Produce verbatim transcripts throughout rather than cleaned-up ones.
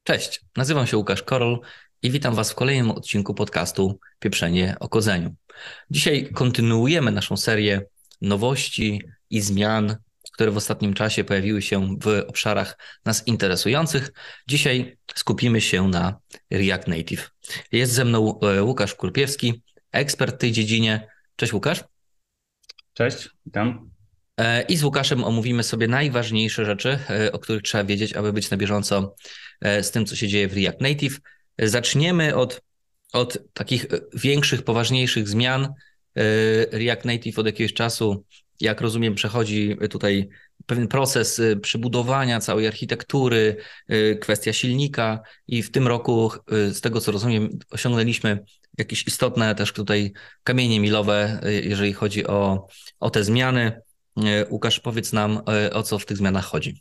Cześć, nazywam się Łukasz Korol i witam Was w kolejnym odcinku podcastu Pieprzenie o kodzeniu. Dzisiaj kontynuujemy naszą serię nowości i zmian, które w ostatnim czasie pojawiły się w obszarach nas interesujących. Dzisiaj skupimy się na React Native. Jest ze mną e, Łukasz Kurpiewski, ekspert w tej dziedzinie. Cześć Łukasz. Cześć, witam. E, I z Łukaszem omówimy sobie najważniejsze rzeczy, e, o których trzeba wiedzieć, aby być na bieżąco e, z tym, co się dzieje w React Native. E, Zaczniemy od, od takich e, większych, poważniejszych zmian. E, React Native od jakiegoś czasu, jak rozumiem, przechodzi tutaj pewien proces e, przybudowania całej architektury, e, kwestia silnika i w tym roku, e, z tego co rozumiem, osiągnęliśmy jakieś istotne też tutaj kamienie milowe, e, jeżeli chodzi o, o te zmiany. E, Łukasz, powiedz nam, e, o co w tych zmianach chodzi.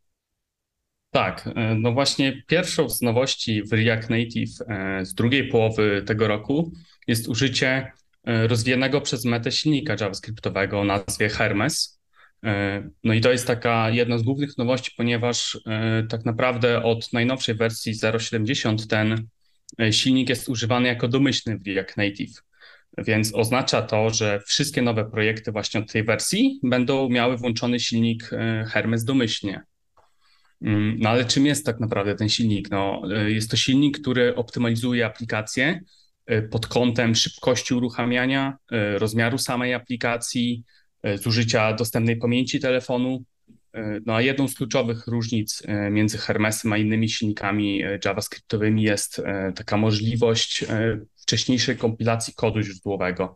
Tak, e, no właśnie pierwszą z nowości w React Native e, z drugiej połowy tego roku jest użycie e, rozwijanego przez Metę silnika JavaScriptowego o nazwie Hermes. E, No i to jest taka jedna z głównych nowości, ponieważ e, tak naprawdę od najnowszej wersji zero przecinek siedemdziesiąt ten e, silnik jest używany jako domyślny w React Native. Więc oznacza to, że wszystkie nowe projekty właśnie od tej wersji będą miały włączony silnik e, Hermes domyślnie. Mm, No ale czym jest tak naprawdę ten silnik? No, y, jest to silnik, który optymalizuje aplikację y, pod kątem szybkości uruchamiania, y, rozmiaru samej aplikacji, y, zużycia dostępnej pamięci telefonu. Y, No a jedną z kluczowych różnic y, między Hermesem a innymi silnikami y, JavaScriptowymi jest y, taka możliwość y, wcześniejszej kompilacji kodu źródłowego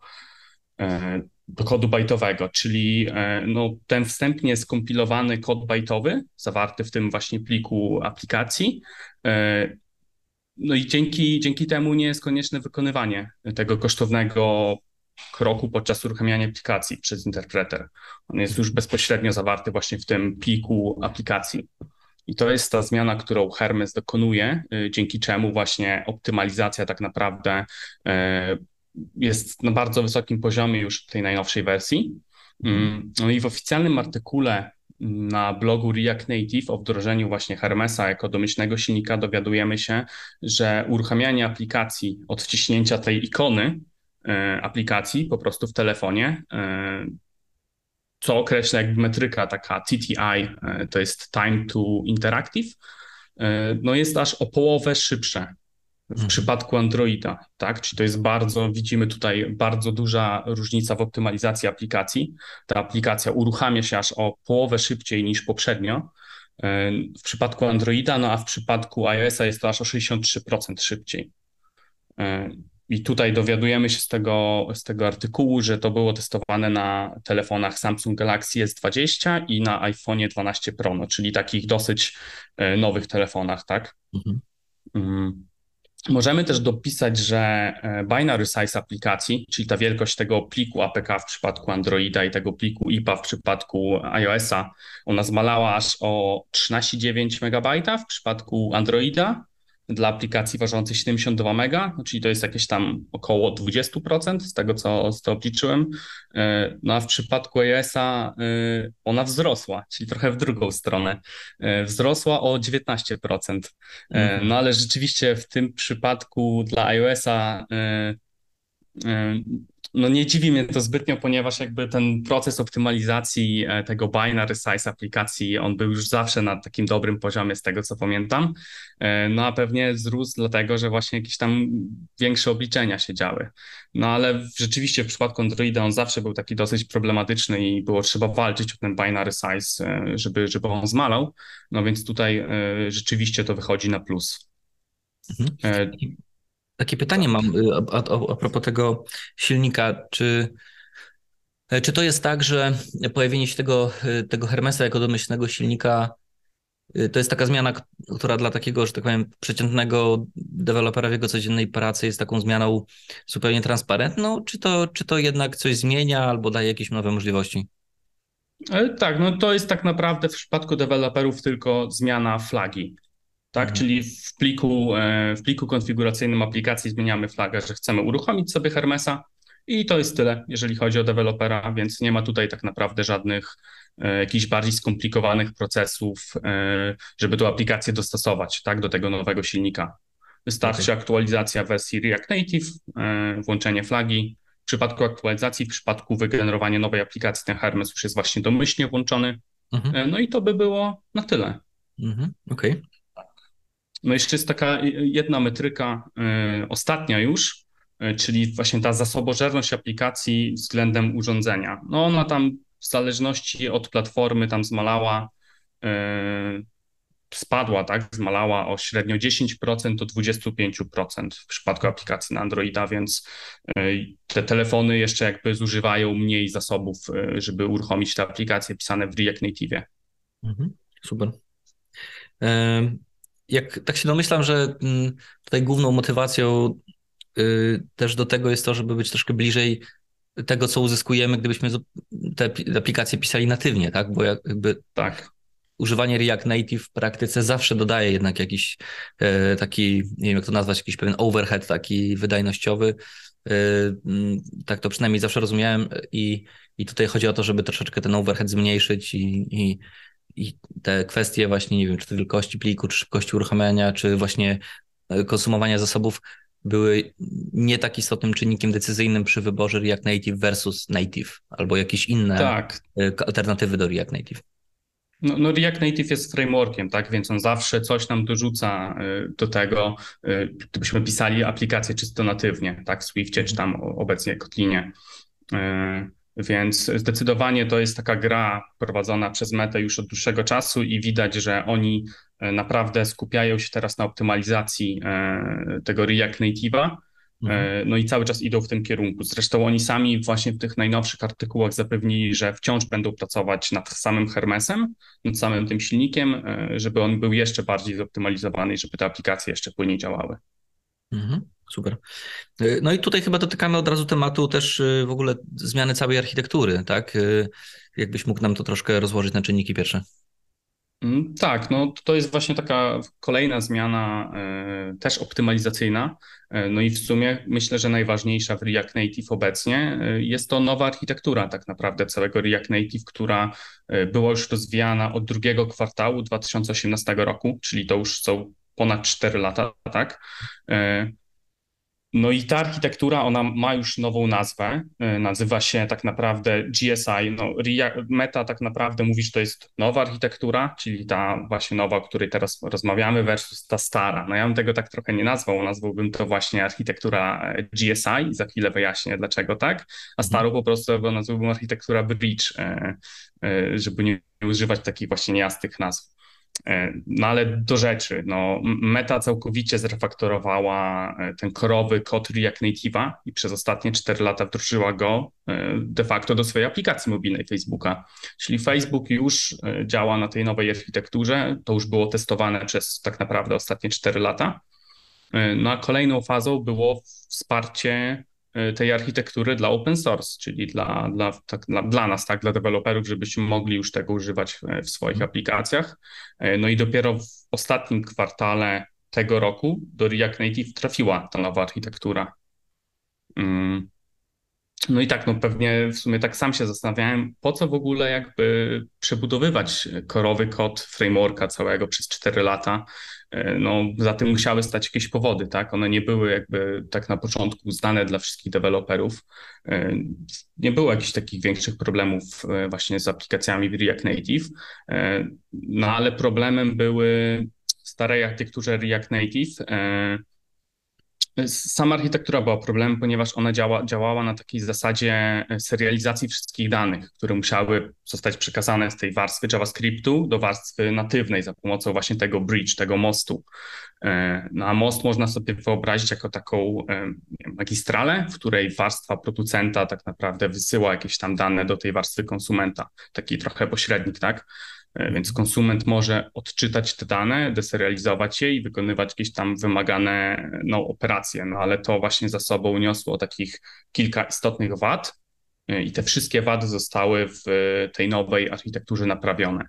e, do kodu bajtowego, czyli e, no, ten wstępnie skompilowany kod bajtowy zawarty w tym właśnie pliku aplikacji. e, No i dzięki, dzięki temu nie jest konieczne wykonywanie tego kosztownego kroku podczas uruchamiania aplikacji przez interpreter. On jest już bezpośrednio zawarty właśnie w tym pliku aplikacji. I to jest ta zmiana, którą Hermes dokonuje, y, dzięki czemu właśnie optymalizacja tak naprawdę e, jest na bardzo wysokim poziomie już w tej najnowszej wersji. Mhm. Mm, No i w oficjalnym artykule na blogu React Native o wdrożeniu właśnie Hermesa jako domyślnego silnika dowiadujemy się, że uruchamianie aplikacji od wciśnięcia tej ikony e, aplikacji po prostu w telefonie, e, co określa jakby metryka taka T T I, e, to jest Time to Interactive, e, no jest aż o połowę szybsze w Mhm. przypadku Androida, tak? Czyli to jest bardzo, widzimy tutaj bardzo duża różnica w optymalizacji aplikacji. Ta aplikacja uruchamia się aż o połowę szybciej niż poprzednio e, w przypadku Androida, no a w przypadku iOS-a jest to aż o sześćdziesiąt trzy procent szybciej. E, I tutaj dowiadujemy się z tego, z tego artykułu, że to było testowane na telefonach Samsung Galaxy S dwadzieścia i na iPhone dwanaście Pro, no, czyli takich dosyć e, nowych telefonach, tak? Mhm. Mm. Możemy też dopisać, że e, binary size aplikacji, czyli ta wielkość tego pliku A P K w przypadku Androida i tego pliku I P A w przypadku iOS-a, ona zmalała aż o trzynaście przecinek dziewięć megabajta w przypadku Androida dla aplikacji ważącej siedemdziesiąt dwa mega, no czyli to jest jakieś tam około dwadzieścia procent z tego, co, co obliczyłem. E, No a w przypadku iOS-a e, ona wzrosła, czyli trochę w drugą stronę. E, Wzrosła o dziewiętnaście procent. E, Mhm. No ale rzeczywiście w tym przypadku dla iOS-a e, e, no nie dziwi mnie to zbytnio, ponieważ jakby ten proces optymalizacji e, tego binary size aplikacji, on był już zawsze na takim dobrym poziomie z tego co pamiętam. E, No a pewnie wzrósł dlatego, że właśnie jakieś tam większe obliczenia się działy. No ale w- rzeczywiście w przypadku Androida on zawsze był taki dosyć problematyczny i było trzeba walczyć o ten binary size, e, żeby, żeby on zmalał. No więc tutaj e, rzeczywiście to wychodzi na plus. Mhm. E, Takie pytanie tak. mam y, a, a, a propos tego silnika. Czy, e, czy to jest tak, że pojawienie się tego, y, tego Hermesa jako domyślnego silnika y, to jest taka zmiana, k- która dla takiego, że tak powiem, przeciętnego dewelopera w jego codziennej pracy jest taką zmianą zupełnie transparentną? Czy to, czy to jednak coś zmienia albo daje jakieś nowe możliwości? E, tak, no to jest tak naprawdę w przypadku deweloperów tylko zmiana flagi. Tak, Mhm. czyli w pliku, e, w pliku konfiguracyjnym aplikacji zmieniamy flagę, że chcemy uruchomić sobie Hermesa I to jest tyle, jeżeli chodzi o dewelopera, więc nie ma tutaj tak naprawdę żadnych e, jakichś bardziej skomplikowanych procesów, e, żeby tą aplikację dostosować, tak, do tego nowego silnika. Okej. Wystarczy aktualizacja wersji React Native, e, włączenie flagi. W przypadku aktualizacji, w przypadku wygenerowania nowej aplikacji, ten Hermes już jest właśnie domyślnie włączony. Mhm. E, No i to by było na tyle. Mhm. Okej. No jeszcze jest taka jedna metryka, y, ostatnia już, y, czyli właśnie ta zasobożerność aplikacji względem urządzenia. No ona tam w zależności od platformy tam zmalała, y, spadła, tak, zmalała o średnio dziesięć procent do dwadzieścia pięć procent w przypadku aplikacji na Androida, więc y, te telefony jeszcze jakby zużywają mniej zasobów, y, żeby uruchomić te aplikacje pisane w React Native. Mhm. Super. Em, Jak tak się domyślam, że mm, tutaj główną motywacją y, też do tego jest to, żeby być troszkę bliżej tego, co uzyskujemy, gdybyśmy zu- te apli- aplikacje pisali natywnie, tak? Bo jak- jakby Tak, używanie React Native w praktyce zawsze dodaje jednak jakiś e, taki, nie wiem jak to nazwać, jakiś pewien overhead taki wydajnościowy. E, mm, tak to przynajmniej zawsze rozumiałem i, i tutaj chodzi o to, żeby troszeczkę ten overhead zmniejszyć i, i, i te kwestie właśnie, nie wiem, czy to wielkości pliku, czy szybkości uruchamiania, czy właśnie e, konsumowania zasobów były nie tak istotnym czynnikiem decyzyjnym przy wyborze React Native versus Native albo jakieś inne tak. e, alternatywy do React Native. No, no React Native jest frameworkiem, tak? Więc on zawsze coś nam dorzuca y, do tego, y, gdybyśmy pisali aplikację czysto natywnie, tak? W Swiftie czy tam o- obecnie Kotlinie. Y, Więc zdecydowanie to jest taka gra prowadzona przez Metę już od dłuższego czasu i widać, że oni y, naprawdę skupiają się teraz na optymalizacji y, tego React Native'a. Mhm. E, No i cały czas idą w tym kierunku. Zresztą oni sami właśnie w tych najnowszych artykułach zapewnili, że wciąż będą pracować nad samym Hermesem, nad samym tym silnikiem, e, żeby on był jeszcze bardziej zoptymalizowany i żeby te aplikacje jeszcze płynniej działały. Mhm, super. Y, No i tutaj chyba dotykamy od razu tematu też y, w ogóle zmiany całej architektury, tak? Y, Jakbyś mógł nam to troszkę rozłożyć na czynniki pierwsze. Mm, Tak, no to jest właśnie taka kolejna zmiana, e, też optymalizacyjna. E, No i w sumie myślę, że najważniejsza w React Native obecnie e, jest to nowa architektura tak naprawdę całego React Native, która e, była już rozwijana od drugiego kwartału dwa tysiące osiemnastego roku, czyli to już są ponad cztery lata, tak? E, no i ta architektura, ona ma już nową nazwę, y, nazywa się tak naprawdę G S I. No, Ria- Meta tak naprawdę mówi, że to jest nowa architektura, czyli ta właśnie nowa, o której teraz rozmawiamy, versus ta stara. No ja bym tego tak trochę nie nazwał, nazwałbym to właśnie architektura e, G S I i za chwilę wyjaśnię dlaczego tak, a Mhm. starą po prostu go nazwałbym architektura Bridge, e, e, żeby nie używać takich właśnie niejasnych nazw. E, No ale do rzeczy, no, Meta całkowicie zrefaktorowała e, ten korowy kod React Native'a i przez ostatnie cztery lata wdrożyła go e, de facto do swojej aplikacji mobilnej Facebooka. Czyli Facebook już e, działa na tej nowej architekturze, to już było testowane przez tak naprawdę ostatnie cztery lata. E, No a kolejną fazą było wsparcie e, tej architektury dla open source, czyli dla, dla, tak, dla, dla nas, tak, dla deweloperów, żebyśmy mogli już tego używać w, w swoich aplikacjach. E, No i dopiero w ostatnim kwartale tego roku do React Native trafiła ta nowa architektura. Mm. No i tak, no pewnie w sumie tak sam się zastanawiałem, po co w ogóle jakby przebudowywać korowy kod frameworka całego przez cztery lata. E, No za tym musiały stać jakieś powody, tak? One nie były jakby tak na początku znane dla wszystkich deweloperów. E, Nie było jakichś takich większych problemów e, właśnie z aplikacjami w React Native. E, No ale problemem były w starej architekturze React Native. e, Sama architektura była problemem, ponieważ ona działa, działała na takiej zasadzie e, serializacji wszystkich danych, które musiały zostać przekazane z tej warstwy JavaScriptu do warstwy natywnej za pomocą właśnie tego bridge, tego mostu. E, No a most można sobie wyobrazić jako taką e, nie wiem, magistralę, w której warstwa producenta tak naprawdę wysyła jakieś tam dane do tej warstwy konsumenta. Taki trochę pośrednik, tak? E, Więc konsument może odczytać te dane, deserializować je i wykonywać jakieś tam wymagane no, operacje, no ale to właśnie za sobą niosło takich kilka istotnych wad e, i te wszystkie wady zostały w e, tej nowej architekturze naprawione.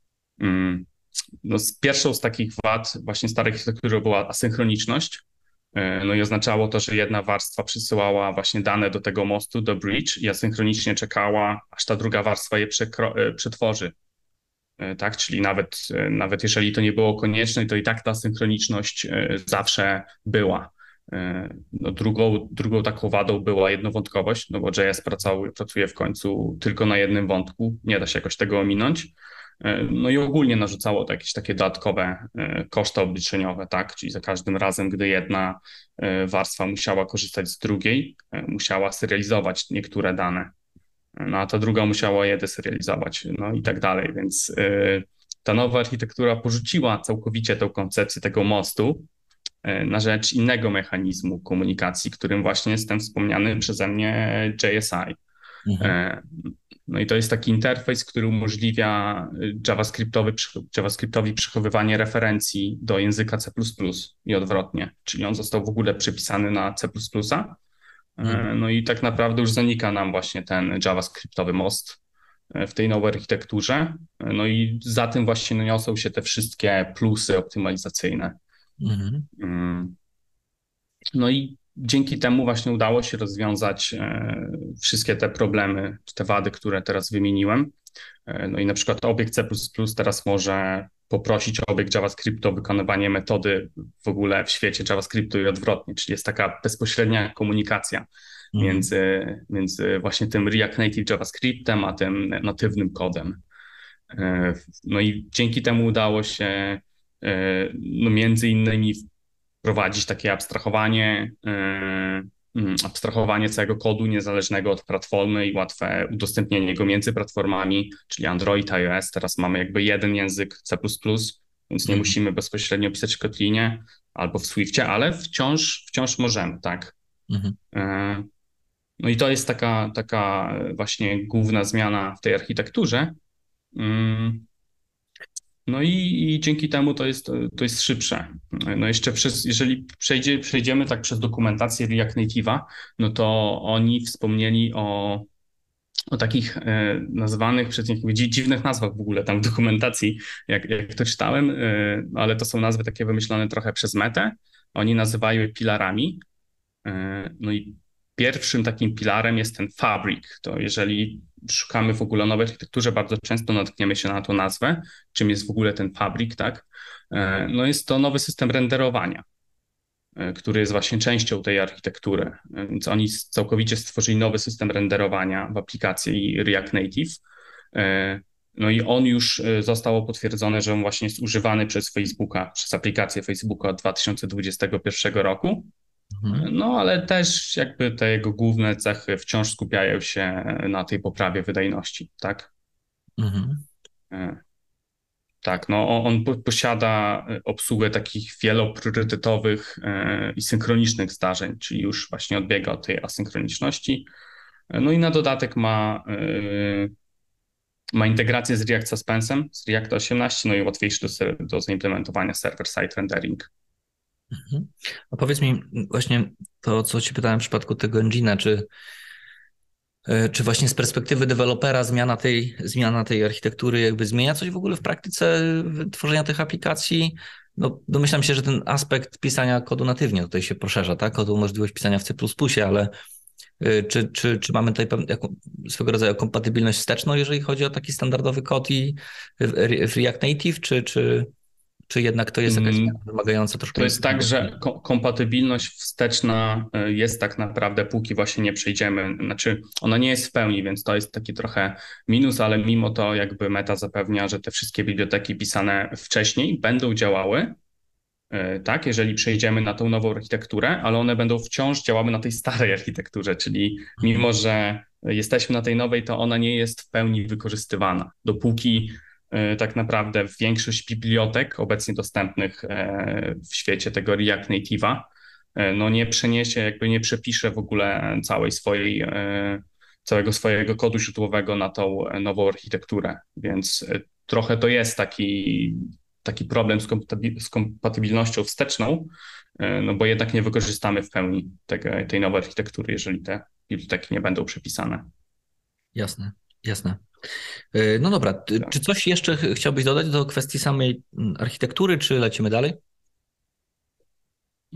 Mm. No, z pierwszą z takich wad właśnie starej architektury była asynchroniczność. No i oznaczało to, że jedna warstwa przysyłała właśnie dane do tego mostu, do bridge i asynchronicznie czekała, aż ta druga warstwa je przekro- przetworzy. Tak, czyli nawet, nawet jeżeli to nie było konieczne, to i tak ta synchroniczność zawsze była. No drugą, drugą taką wadą była jednowątkowość, no bo J S pracował, pracuje w końcu tylko na jednym wątku, nie da się jakoś tego ominąć. No i ogólnie narzucało to jakieś takie dodatkowe koszty obliczeniowe, tak? Czyli za każdym razem, gdy jedna warstwa musiała korzystać z drugiej, musiała serializować niektóre dane, no a ta druga musiała je deserializować, no i tak dalej, więc ta nowa architektura porzuciła całkowicie tę koncepcję tego mostu na rzecz innego mechanizmu komunikacji, którym właśnie jest ten wspomniany przeze mnie J S I. Mhm. No i to jest taki interfejs, który umożliwia JavaScriptowy, JavaScriptowi przechowywanie referencji do języka C plus plus i odwrotnie, czyli on został w ogóle przepisany na C plus plus. Mhm. No i tak naprawdę już zanika nam właśnie ten JavaScriptowy most w tej nowej architekturze. No i za tym właśnie niosą się te wszystkie plusy optymalizacyjne. Mhm. No i dzięki temu właśnie udało się rozwiązać wszystkie te problemy, te wady, które teraz wymieniłem. No i na przykład obiekt C plus plus teraz może poprosić obiekt JavaScriptu o wykonywanie metody w ogóle w świecie JavaScriptu i odwrotnie, czyli jest taka bezpośrednia komunikacja Mhm. między, między właśnie tym React Native JavaScriptem a tym natywnym kodem. No i dzięki temu udało się no między innymi wprowadzić takie abstrahowanie, abstrahowanie całego kodu niezależnego od platformy i łatwe udostępnienie go między platformami, czyli Android, iOS. Teraz mamy jakby jeden język C plus plus, więc nie Mhm. musimy bezpośrednio pisać w Kotlinie albo w Swiftie, ale wciąż, wciąż możemy, tak. Mhm. No i to jest taka, taka właśnie główna zmiana w tej architekturze. No i, i dzięki temu to jest, to jest szybsze. No jeszcze przez, jeżeli przejdzie, przejdziemy tak przez dokumentację React Native'a, no to oni wspomnieli o, o takich e, nazwanych przez nich dzi- dziwnych nazwach w ogóle tam w dokumentacji, jak, jak to czytałem, e, ale to są nazwy takie wymyślone trochę przez Metę. Oni nazywają je pilarami. E, no i pierwszym takim pilarem jest ten Fabric. To jeżeli szukamy w ogóle nowej architekturze, bardzo często natkniemy się na tą nazwę, czym jest w ogóle ten Fabric, tak? E, No jest to nowy system renderowania, e, który jest właśnie częścią tej architektury. E, Więc oni całkowicie stworzyli nowy system renderowania w aplikacji React Native. E, No i on już e, zostało potwierdzone, że on właśnie jest używany przez Facebooka, przez aplikację Facebooka od dwa tysiące dwudziestego pierwszego roku. Mhm. No, ale też jakby te jego główne cechy wciąż skupiają się na tej poprawie wydajności, tak? Mhm. E, Tak, no on on po- posiada obsługę takich wielopriorytetowych e, i synchronicznych zdarzeń, czyli już właśnie odbiega od tej asynchroniczności. E, No i na dodatek ma, e, ma integrację z React Suspensem, z React osiemnaście, no i łatwiejszy do, ser- do zaimplementowania server-side rendering. Mhm. A powiedz mi właśnie to, co ci pytałem w przypadku tego engina, czy, e, czy właśnie z perspektywy dewelopera zmiana tej, zmiana tej architektury jakby zmienia coś w ogóle w praktyce tworzenia tych aplikacji? No, domyślam się, że ten aspekt pisania kodu natywnie tutaj się poszerza, tak? O tą możliwość pisania w C plus plus, ale e, czy, czy, czy mamy tutaj pewną, jaką, swego rodzaju kompatybilność wsteczną, jeżeli chodzi o taki standardowy kod i w, w React Native, czy, czy, czy jednak to jest jakaś zmiana Mm, wymagająca troszkę To jest tak, innego? że ko- kompatybilność wsteczna y, jest tak naprawdę, póki właśnie nie przejdziemy. Znaczy, ona nie jest w pełni, więc to jest taki trochę minus, ale mimo to jakby Meta zapewnia, że te wszystkie biblioteki pisane wcześniej będą działały, y, tak, jeżeli przejdziemy na tą nową architekturę, ale one będą wciąż działały na tej starej architekturze, czyli Mhm. mimo, że jesteśmy na tej nowej, to ona nie jest w pełni wykorzystywana, dopóki y, tak naprawdę większość bibliotek obecnie dostępnych e, w świecie tego React Native'a e, no nie przeniesie, jakby nie przepisze w ogóle całej swojej, e, całego swojego kodu źródłowego na tą nową architekturę. Więc e, trochę to jest taki, taki problem z, kompatybil- z kompatybilnością wsteczną, e, no bo jednak nie wykorzystamy w pełni tego, tej nowej architektury, jeżeli te biblioteki nie będą przepisane. Jasne, jasne. Yy, No dobra, ty- Tak. czy coś jeszcze ch- chciałbyś dodać do kwestii samej mm, architektury, czy lecimy dalej?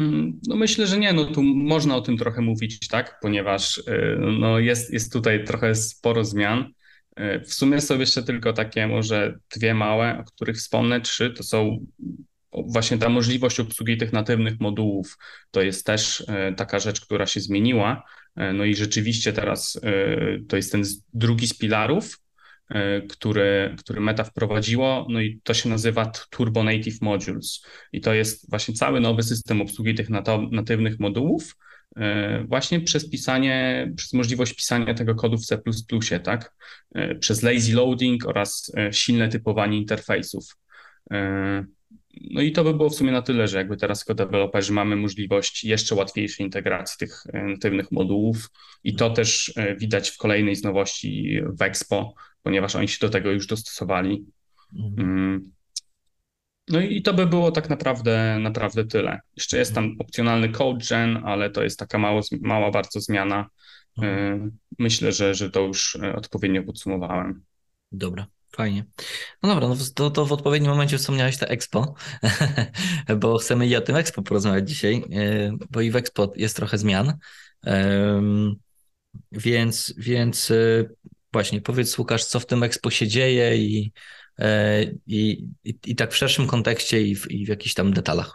Mm, No myślę, że nie, no tu można o tym trochę mówić, tak, ponieważ y, no jest, jest tutaj trochę sporo zmian. Y, W sumie są jeszcze tylko takie może dwie małe, o których wspomnę, trzy, to są właśnie ta możliwość obsługi tych natywnych modułów, to jest też y, taka rzecz, która się zmieniła. Y, No i rzeczywiście teraz y, to jest ten z- drugi z filarów, y, który, który Meta wprowadziło, no i to się nazywa Turbo Native Modules. I to jest właśnie cały nowy system obsługi tych nato- natywnych modułów, e, właśnie przez pisanie, przez możliwość pisania tego kodu w C plus plus, tak? E, Przez lazy loading oraz e, silne typowanie interfejsów. E, No i to by było w sumie na tyle, że jakby teraz jako deweloperzy mamy możliwość jeszcze łatwiejszej integracji tych e, natywnych modułów i to też e, widać w kolejnej z nowości w Expo, ponieważ oni się do tego już dostosowali. Mhm. Mm, no i to by było tak naprawdę, naprawdę tyle. Jeszcze jest tam opcjonalny code gen, ale to jest taka mało, mała bardzo zmiana. Mhm. Yy, Myślę, że, że to już e, odpowiednio podsumowałem. Dobra, fajnie. No dobra, no to, to w odpowiednim momencie wspomniałeś te Expo, bo chcemy i o tym Expo porozmawiać dzisiaj, e, bo i w Expo jest trochę zmian. Em, Więc, więc e, właśnie powiedz Łukasz, co w tym Expo się dzieje i, e, i, i, i tak w szerszym kontekście i w, i w jakichś tam detalach.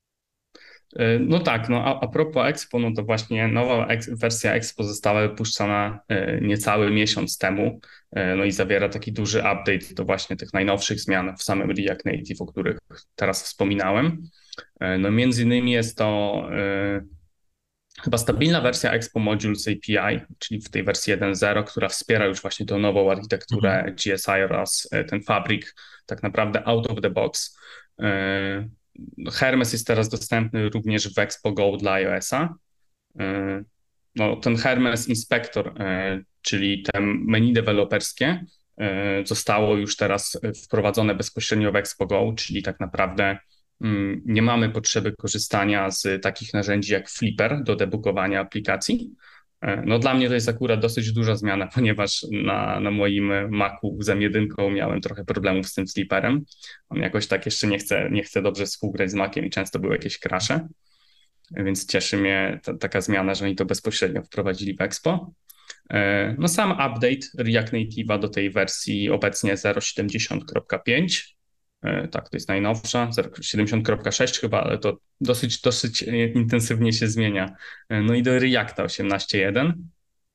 E, No tak, no a, a propos Expo, no to właśnie nowa ex, wersja Expo została wypuszczona e, niecały miesiąc temu, e, no i zawiera taki duży update do właśnie tych najnowszych zmian w samym React Native, o których teraz wspominałem. E, No między innymi jest to e, chyba stabilna wersja Expo Modules A P I, czyli w tej wersji jeden zero, która wspiera już właśnie tą nową Mhm. architekturę G S I oraz e, ten Fabric tak naprawdę out of the box. E, Hermes jest teraz dostępny również w Expo Go dla iOS-a. E, No, ten Hermes Inspector, e, czyli te menu deweloperskie, e, zostało już teraz wprowadzone bezpośrednio w Expo Go, czyli tak naprawdę mm, nie mamy potrzeby korzystania z takich narzędzi jak Flipper do debugowania aplikacji. E, No dla mnie to jest akurat dosyć duża zmiana, ponieważ na, na moim Macu z M jeden miałem trochę problemów z tym Flipperem. On jakoś tak jeszcze nie chce, nie chce dobrze współgrać z Maciem i często były jakieś crashe, więc cieszy mnie ta, taka zmiana, że oni to bezpośrednio wprowadzili w Expo. E, No sam update React Native'a do tej wersji obecnie zero przecinek siedemdziesiąt kropka pięć. E, Tak, to jest najnowsza, zero przecinek siedemdziesiąt kropka sześć chyba, ale to dosyć, dosyć e, intensywnie się zmienia. E, No i do Reacta osiemnaście jeden.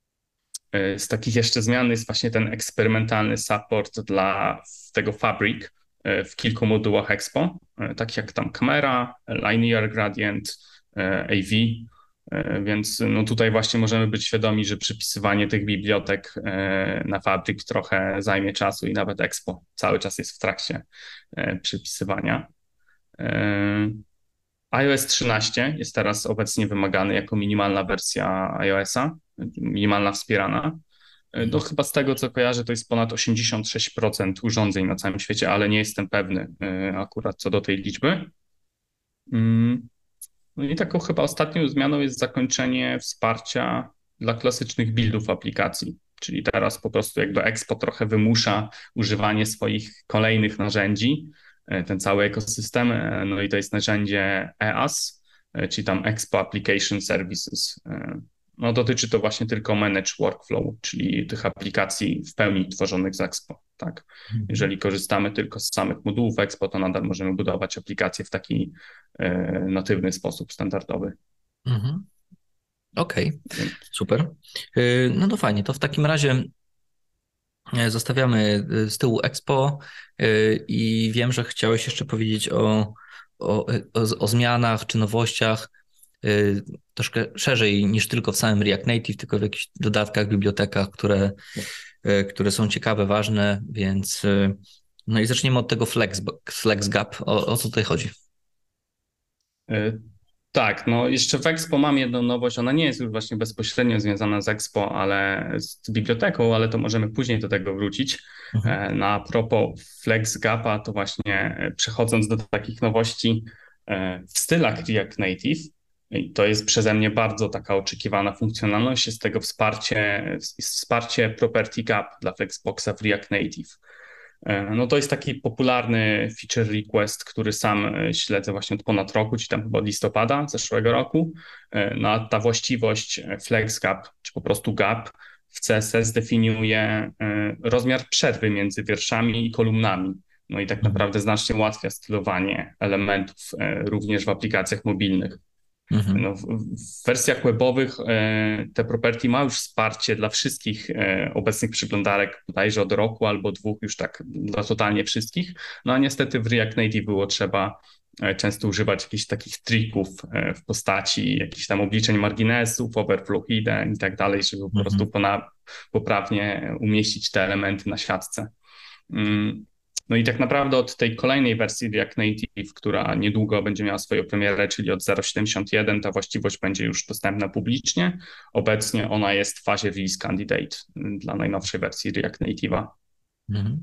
E, Z takich jeszcze zmian jest właśnie ten eksperymentalny support dla tego Fabric e, w kilku modułach Expo, e, tak jak tam kamera, linear gradient, e, A V. E, Więc no tutaj właśnie możemy być świadomi, że przypisywanie tych bibliotek e, na Fabric trochę zajmie czasu i nawet Expo cały czas jest w trakcie e, przypisywania. E, iOS trzynaście jest teraz obecnie wymagany jako minimalna wersja iOS-a, minimalna wspierana. No Mhm. chyba z tego, co kojarzę, to jest ponad osiemdziesiąt sześć procent urządzeń na całym świecie, ale nie jestem pewny e, akurat co do tej liczby. Mm, No i taką chyba ostatnią zmianą jest zakończenie wsparcia dla klasycznych buildów aplikacji. Czyli teraz po prostu jakby Expo trochę wymusza używanie swoich kolejnych narzędzi, e, ten cały ekosystem. e, No i to jest narzędzie E A S, e, czyli tam Expo Application Services. E, No dotyczy to właśnie tylko Manage Workflow, czyli tych aplikacji w pełni tworzonych z Expo, tak? Mhm. Jeżeli korzystamy tylko z samych modułów Expo, to nadal możemy budować aplikacje w taki e, natywny sposób standardowy. Mhm. Okej, Więc super. Y, No to fajnie, to w takim razie e, zostawiamy y, z tyłu Expo y, i wiem, że chciałeś jeszcze powiedzieć o, o, o, o zmianach czy nowościach y, troszkę szerzej niż tylko w samym React Native, tylko w jakichś dodatkach, bibliotekach, które, y, które są ciekawe, ważne, więc y, no i zaczniemy od tego Flex, Flex Gap. O, o co tutaj chodzi? e, tak, no jeszcze w Expo mam jedną nowość. Ona nie jest już właśnie bezpośrednio związana z Expo, ale z biblioteką, ale to możemy później do tego wrócić. Mhm. E, Na propos FlexGapa, to właśnie e, przechodząc do takich nowości e, w stylach React Native, i to jest przeze mnie bardzo taka oczekiwana funkcjonalność, jest tego wsparcie, jest wsparcie Property Gap dla Flexboxa w React Native. No to jest taki popularny feature request, który sam śledzę właśnie od ponad roku, czy tam chyba od listopada zeszłego roku. No a ta właściwość FlexGap, czy po prostu gap w C S S definiuje rozmiar przerwy między wierszami i kolumnami. No i tak Mhm. naprawdę znacznie ułatwia stylowanie elementów również w aplikacjach mobilnych. Mhm. No, w, w wersjach webowych e, te property ma już wsparcie dla wszystkich e, obecnych przeglądarek, bodajże od roku albo dwóch, już tak dla totalnie wszystkich. No a niestety w React Native było trzeba e, często używać jakichś takich trików e, w postaci jakichś tam obliczeń marginesów, overflow hidden i tak dalej, żeby po prostu Mhm. pona- poprawnie umieścić te elementy na siatce. Mm, No i tak naprawdę od tej kolejnej wersji React Native, która niedługo będzie miała swoją premierę, czyli od zero przecinek siedemdziesiąt jeden, ta właściwość będzie już dostępna publicznie. Obecnie ona jest w fazie release candidate dla najnowszej wersji React Native'a. Mhm.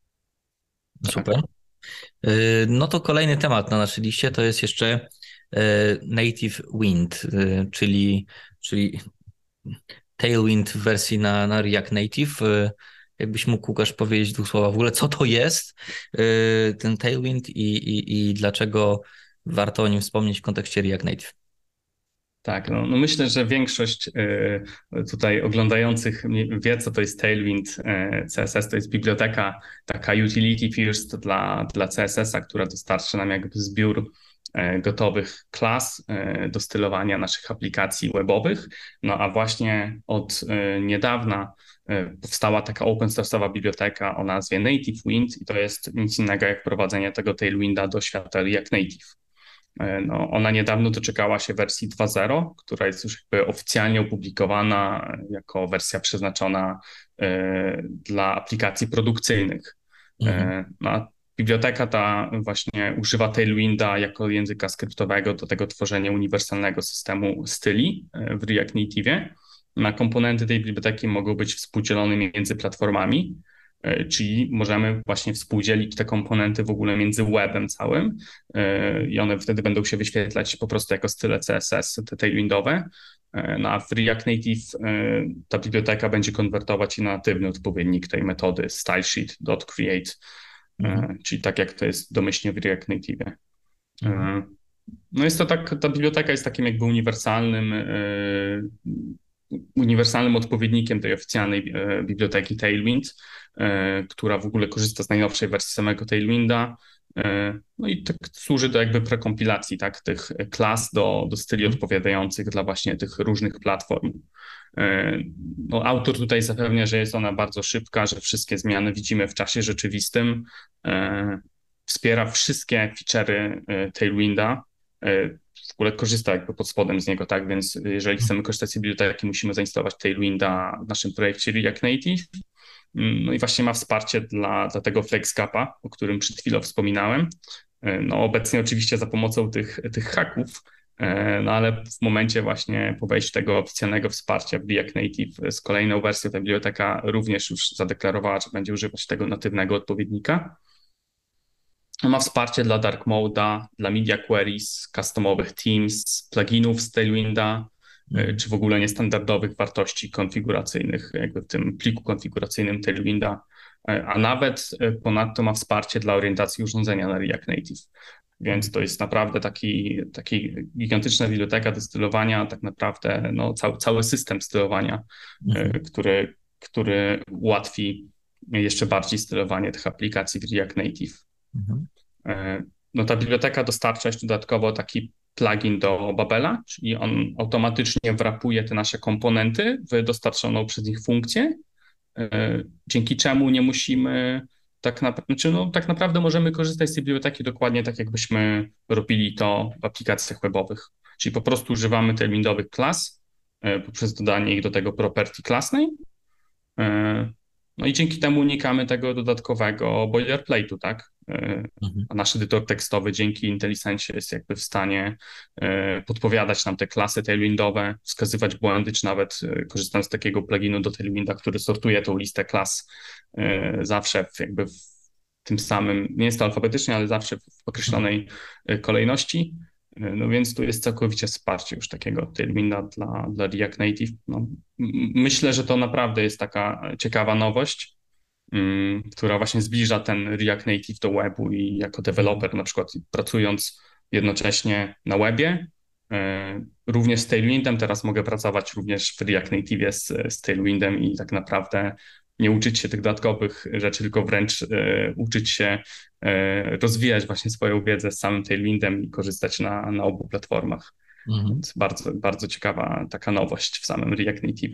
Tak. Super. Y, No to kolejny temat na naszej liście to jest jeszcze y, Native Wind, y, czyli, czyli Tailwind w wersji na, na React Native. Y, Jakbyś mógł, Łukasz, powiedzieć w dwóch słowach w ogóle, co to jest y, ten Tailwind i, i, i dlaczego warto o nim wspomnieć w kontekście React Native. Tak, no, no myślę, że większość y, tutaj oglądających wie, co to jest Tailwind. Y, C S S to jest biblioteka, taka utility first dla, dla C S S a, która dostarcza nam jakby zbiór y, gotowych klas y, do stylowania naszych aplikacji webowych. No a właśnie od y, niedawna y, powstała taka open source'owa biblioteka o nazwie Native Wind i to jest nic innego jak wprowadzenie tego Tailwinda do świata React Native. No, ona niedawno doczekała się wersji dwa zero, która jest już jakby oficjalnie opublikowana jako wersja przeznaczona e, dla aplikacji produkcyjnych. Mhm. E, No, a biblioteka ta właśnie używa Tailwinda jako języka skryptowego do tego tworzenia uniwersalnego systemu styli e, w React Native. Na komponenty tej biblioteki mogą być współdzielone między platformami, e, czyli możemy właśnie współdzielić te komponenty w ogóle między webem całym e, i one wtedy będą się wyświetlać po prostu jako style C S S, te tailwindowe. E, No a w React Native e, ta biblioteka będzie konwertować i na natywny odpowiednik tej metody stylesheet.create, Mhm. e, czyli tak jak to jest domyślnie w React Native. Mhm. E, No jest to tak, ta biblioteka jest takim jakby uniwersalnym, e, uniwersalnym odpowiednikiem tej oficjalnej e, biblioteki Tailwind, e, która w ogóle korzysta z najnowszej wersji samego Tailwinda. E, No i tak służy do jakby prekompilacji tak, tych klas do, do styli odpowiadających dla właśnie tych różnych platform. E, No, autor tutaj zapewnia, że jest ona bardzo szybka, że wszystkie zmiany widzimy w czasie rzeczywistym. E, Wspiera wszystkie feature'y e, Tailwinda. E, W ogóle korzysta jakby pod spodem z niego, tak? Więc jeżeli chcemy korzystać z tej biblioteki, musimy zainstalować Tailwinda w naszym projekcie React Native. Mm, No i właśnie ma wsparcie dla, dla tego FlexGapa, o którym przed chwilą wspominałem. E, No obecnie oczywiście za pomocą tych, tych haków, e, no ale w momencie właśnie po wejściu tego oficjalnego wsparcia w React Native z kolejną wersją ta biblioteka również już zadeklarowała, że będzie używać tego natywnego odpowiednika. Ma wsparcie dla Dark Mode'a, dla Media Queries, customowych themes, pluginów z Tailwinda, e, Mhm. czy w ogóle niestandardowych wartości konfiguracyjnych, jakby w tym pliku konfiguracyjnym Tailwinda, e, a nawet e, ponadto ma wsparcie dla orientacji urządzenia na React Native. Więc to jest naprawdę taki, taki gigantyczna biblioteka do stylowania, tak naprawdę no, cały, cały system stylowania, e, Mhm. który, który ułatwi jeszcze bardziej stylowanie tych aplikacji w React Native. Mhm. E, No ta biblioteka dostarcza jeszcze dodatkowo taki plugin do Babela, czyli on automatycznie wrapuje te nasze komponenty w dostarczoną przez nich funkcję, e, dzięki czemu nie musimy tak naprawdę, znaczy no, tak naprawdę możemy korzystać z tej biblioteki dokładnie tak, jakbyśmy robili to w aplikacjach webowych. Czyli po prostu używamy tailwindowych klas e, poprzez dodanie ich do tego property klasnej. E, No i dzięki temu unikamy tego dodatkowego boilerplate'u, tak? E, Mhm. A nasz edytor tekstowy dzięki IntelliSense jest jakby w stanie e, podpowiadać nam te klasy tailwindowe, wskazywać błędy, czy nawet e, korzystając z takiego pluginu do Tailwinda, który sortuje tą listę klas e, zawsze w jakby w tym samym, nie jest to alfabetycznie, ale zawsze w określonej e, kolejności. E, No więc tu jest całkowicie wsparcie już takiego Tailwinda dla, dla React Native. No, m- myślę, że to naprawdę jest taka ciekawa nowość. mm, która właśnie zbliża ten React Native do webu i jako deweloper na przykład pracując jednocześnie na webie, e, również z Tailwindem, teraz mogę pracować również w React Native z, z Tailwindem i tak naprawdę nie uczyć się tych dodatkowych rzeczy, tylko wręcz e, uczyć się e, rozwijać właśnie swoją wiedzę z samym Tailwindem i korzystać na, na obu platformach. Mhm. Więc bardzo, bardzo ciekawa taka nowość w samym React Native.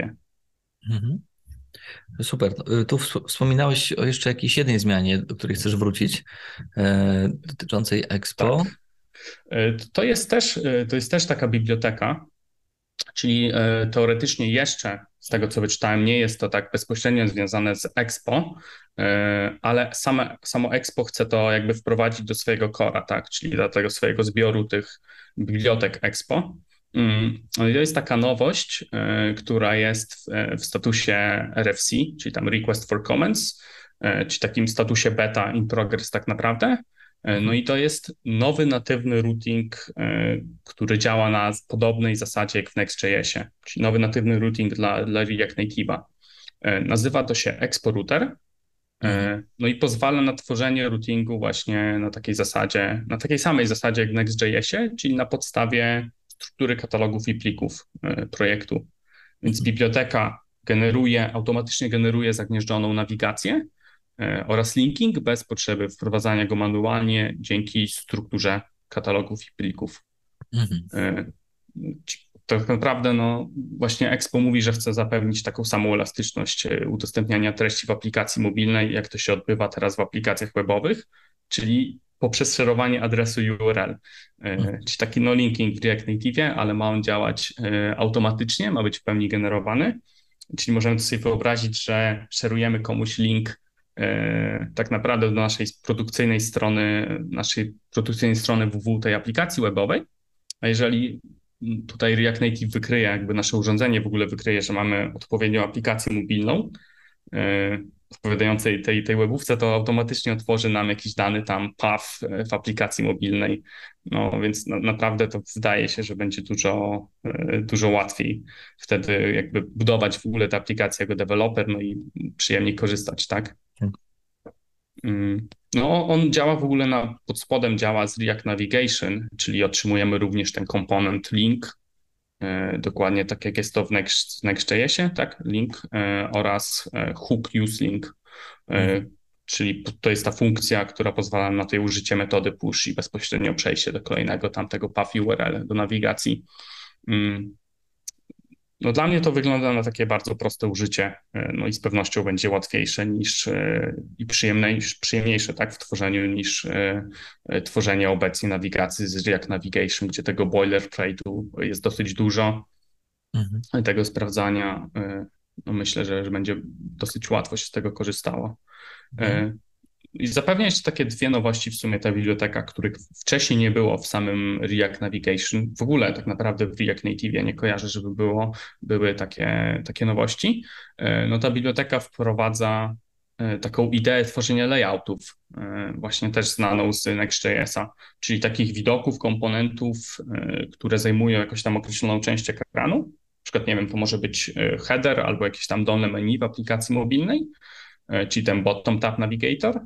Mhm. Super. Tu wsp- wspominałeś o jeszcze jakiejś jednej zmianie, do której chcesz wrócić, e, dotyczącej Expo. Tak. E, To jest też, e, to jest też taka biblioteka, czyli e, teoretycznie jeszcze, z tego co wyczytałem, nie jest to tak bezpośrednio związane z Expo, e, ale same, samo Expo chce to jakby wprowadzić do swojego cora, tak, czyli do tego swojego zbioru tych bibliotek Expo. Mm, no i to jest taka nowość, e, która jest w, e, w statusie R F C, czyli tam Request for Comments, e, czyli takim statusie beta in progress tak naprawdę. E, No Mhm. i to jest nowy natywny routing, e, który działa na podobnej zasadzie jak w Next.jsie, czyli nowy natywny routing dla, dla React Native'a. E, Nazywa to się Expo Router. Mhm. E, No i pozwala na tworzenie routingu właśnie na takiej zasadzie, na takiej samej zasadzie jak w Next.jsie, czyli na podstawie struktury katalogów i plików e, projektu. Więc Mhm. biblioteka generuje, automatycznie generuje zagnieżdżoną nawigację e, oraz linking bez potrzeby wprowadzania go manualnie dzięki strukturze katalogów i plików. Mhm. E, ci- Tak naprawdę no, właśnie Expo mówi, że chce zapewnić taką samą elastyczność e, udostępniania treści w aplikacji mobilnej, jak to się odbywa teraz w aplikacjach webowych, czyli poprzez szerowanie adresu U R L. E, Mhm. Czyli taki no linking w React Native, ale ma on działać e, automatycznie, ma być w pełni generowany. Czyli możemy sobie wyobrazić, że szerujemy komuś link e, tak naprawdę do naszej produkcyjnej strony, naszej produkcyjnej strony www tej aplikacji webowej. A jeżeli tutaj React Native wykryje, jakby nasze urządzenie w ogóle wykryje, że mamy odpowiednią aplikację mobilną e, odpowiadającej tej, tej webówce, to automatycznie otworzy nam jakiś dany tam path e, w aplikacji mobilnej. No więc na, naprawdę to wydaje się, że będzie dużo, e, dużo łatwiej wtedy jakby budować w ogóle tę aplikację jako deweloper, no i przyjemniej korzystać, tak? Mm. No, on działa w ogóle na, pod spodem działa z React Navigation, czyli otrzymujemy również ten komponent link, e, dokładnie tak jak jest to w Next, w Next.jsie, tak? Link e, oraz e, hook use link, Mhm. e, czyli p- to jest ta funkcja, która pozwala na to użycie metody push i bezpośrednio przejście do kolejnego tamtego path U R L do nawigacji. Mm. No dla mnie to wygląda na takie bardzo proste użycie, e, no i z pewnością będzie łatwiejsze niż e, i przyjemniejsze, przyjemniejsze tak w tworzeniu niż e, e, tworzenie obecnie nawigacji z React Navigation, gdzie tego boilerplate'u jest dosyć dużo, Mhm. tego sprawdzania. e, No myślę, że, że będzie dosyć łatwo się z tego korzystało. Mhm. E, I zapewnia jeszcze takie dwie nowości w sumie ta biblioteka, których wcześniej nie było w samym React Navigation. W ogóle tak naprawdę w React Native ja nie kojarzę, żeby było, były takie, takie nowości. E, No ta biblioteka wprowadza e, taką ideę tworzenia layoutów, e, właśnie też znaną z Next.jsa, czyli takich widoków, komponentów, e, które zajmują jakąś tam określoną część ekranu. Na przykład, nie wiem, to może być e, header albo jakieś tam dolne menu w aplikacji mobilnej, e, czyli ten bottom tab navigator.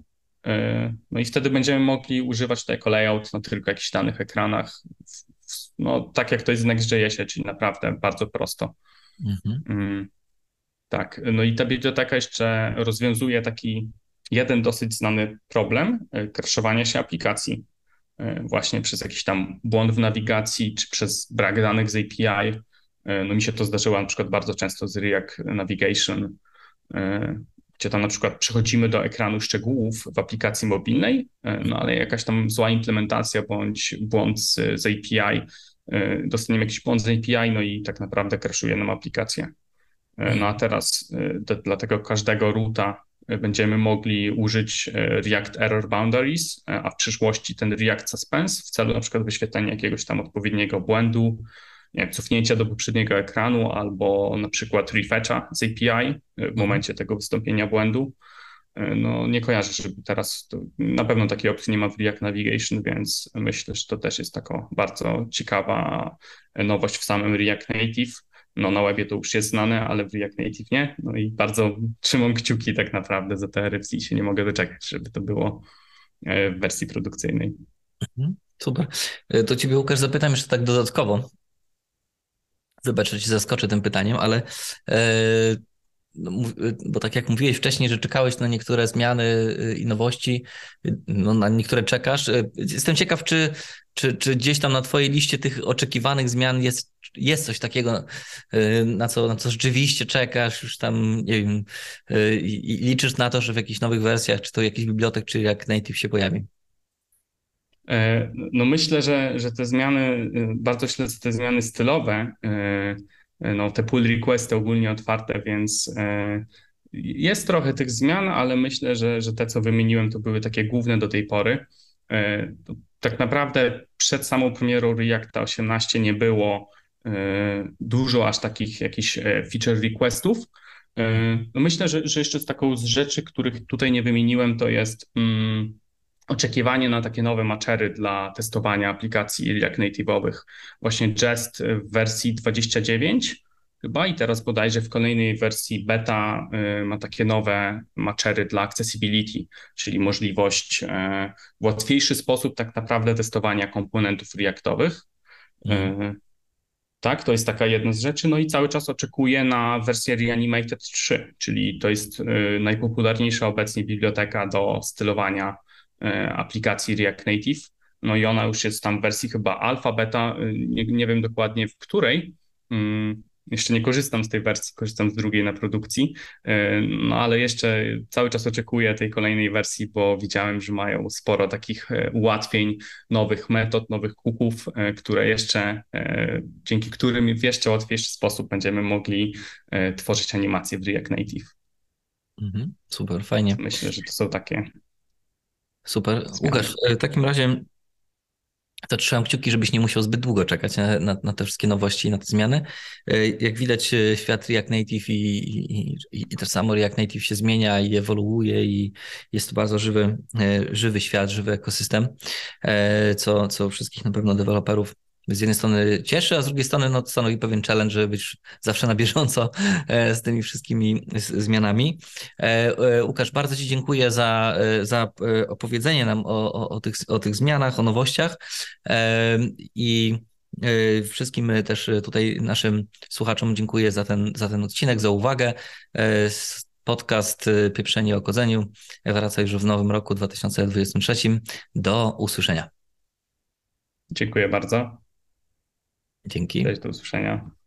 E, No i wtedy będziemy mogli używać to jako layout na tylko jakichś danych ekranach, w- w- no tak jak to jest w Next.jsie, czyli naprawdę bardzo prosto. Mhm. Mm, tak, no i ta biblioteka jeszcze rozwiązuje taki jeden dosyć znany problem e, crashowania się aplikacji e, właśnie przez jakiś tam błąd w nawigacji, czy przez brak danych z A P I. E, No mi się to zdarzyło na przykład bardzo często z React Navigation, e, gdzie tam na przykład przechodzimy do ekranu szczegółów w aplikacji mobilnej, e, no ale jakaś tam zła implementacja bądź błąd z, z A P I, e, dostaniemy jakiś błąd z A P I, no i tak naprawdę crashuje nam aplikację. E, No a Mhm. teraz e, do, dla tego każdego roota e, będziemy mogli użyć e, React Error Boundaries, e, a w przyszłości ten React Suspense w celu na przykład wyświetlenia jakiegoś tam odpowiedniego błędu, nie wiem, cofnięcia do poprzedniego ekranu albo na przykład refetcha z A P I e, w Mhm. momencie tego wystąpienia błędu. E, No nie kojarzę, żeby teraz to, na pewno takiej opcji nie ma w React Navigation, więc myślę, że to też jest taka bardzo ciekawa nowość w samym React Native. no na webie to już jest znane, ale w React Native nie. No i bardzo trzymam kciuki tak naprawdę za te R F C i się nie mogę doczekać, żeby to było e, w wersji produkcyjnej. Mhm. Super. E, To ciebie, Łukasz, zapytam jeszcze tak dodatkowo. Wybacz, że cię zaskoczę tym pytaniem, ale e, no, mów- bo tak jak mówiłeś wcześniej, że czekałeś na niektóre zmiany y, i nowości, y, no, na niektóre czekasz. Y, Jestem ciekaw, czy, czy, czy gdzieś tam na twojej liście tych oczekiwanych zmian jest, jest coś takiego, y, na co, na co rzeczywiście czekasz, już tam, nie wiem, y, i i liczysz na to, że w jakichś nowych wersjach, czy to jakichś bibliotek, czy jak Native się pojawi. E, No myślę, że, że te zmiany, e, bardzo śledzę te zmiany stylowe, e, e, no te pull requesty ogólnie otwarte, więc e, jest trochę tych zmian, ale myślę, że, że te, co wymieniłem, to były takie główne do tej pory. E, to Tak naprawdę przed samą premierą Reacta osiemnaście nie było e, dużo aż takich jakichś e, feature requestów. E, No myślę, że, że jeszcze z taką z rzeczy, których tutaj nie wymieniłem, to jest mm, oczekiwanie na takie nowe matchery dla testowania aplikacji React Native'owych. Właśnie Jest w wersji dwadzieścia dziewięć chyba i teraz bodajże w kolejnej wersji beta y, ma takie nowe matchery dla accessibility, czyli możliwość y, w łatwiejszy sposób tak naprawdę testowania komponentów Reactowych. Y, Mhm. tak, to jest taka jedna z rzeczy. No i cały czas oczekuję na wersję Reanimated trzy, czyli to jest y, najpopularniejsza obecnie biblioteka do stylowania y, aplikacji React Native. No i ona już jest tam w wersji chyba alfa, beta, y, nie, nie wiem dokładnie w której. Ym, Jeszcze nie korzystam z tej wersji, korzystam z drugiej na produkcji, y, no ale jeszcze cały czas oczekuję tej kolejnej wersji, bo widziałem, że mają sporo takich y, ułatwień, nowych metod, nowych kuków, e, które jeszcze, e, dzięki którym w jeszcze łatwiejszy sposób będziemy mogli e, tworzyć animacje w React Native. Mhm. Super, fajnie. Myślę, że to są takie Super. zmiany. Łukasz, w takim razie to trzymam kciuki, żebyś nie musiał zbyt długo czekać na, na, na te wszystkie nowości i na te zmiany. E, Jak widać, e, świat React Native i, i, i, i też samo React Native się zmienia i ewoluuje i jest to bardzo żywy, e, żywy świat, żywy ekosystem, e, co, co wszystkich na pewno deweloperów z jednej strony cieszy, a z drugiej strony no, stanowi pewien challenge, żeby być zawsze na bieżąco e, z tymi wszystkimi z- zmianami. E, e, Łukasz, bardzo Ci dziękuję za, e, za e, opowiedzenie nam o, o, o tych, o tych zmianach, o nowościach. Em, I e, wszystkim też tutaj naszym słuchaczom dziękuję za ten, za ten odcinek, za uwagę. E, s- Podcast e, Pieprzenie o kodzeniu wraca już w nowym roku dwa tysiące dwudziestym trzecim. Do usłyszenia. Dziękuję bardzo. Dzięki. Cześć, do usłyszenia.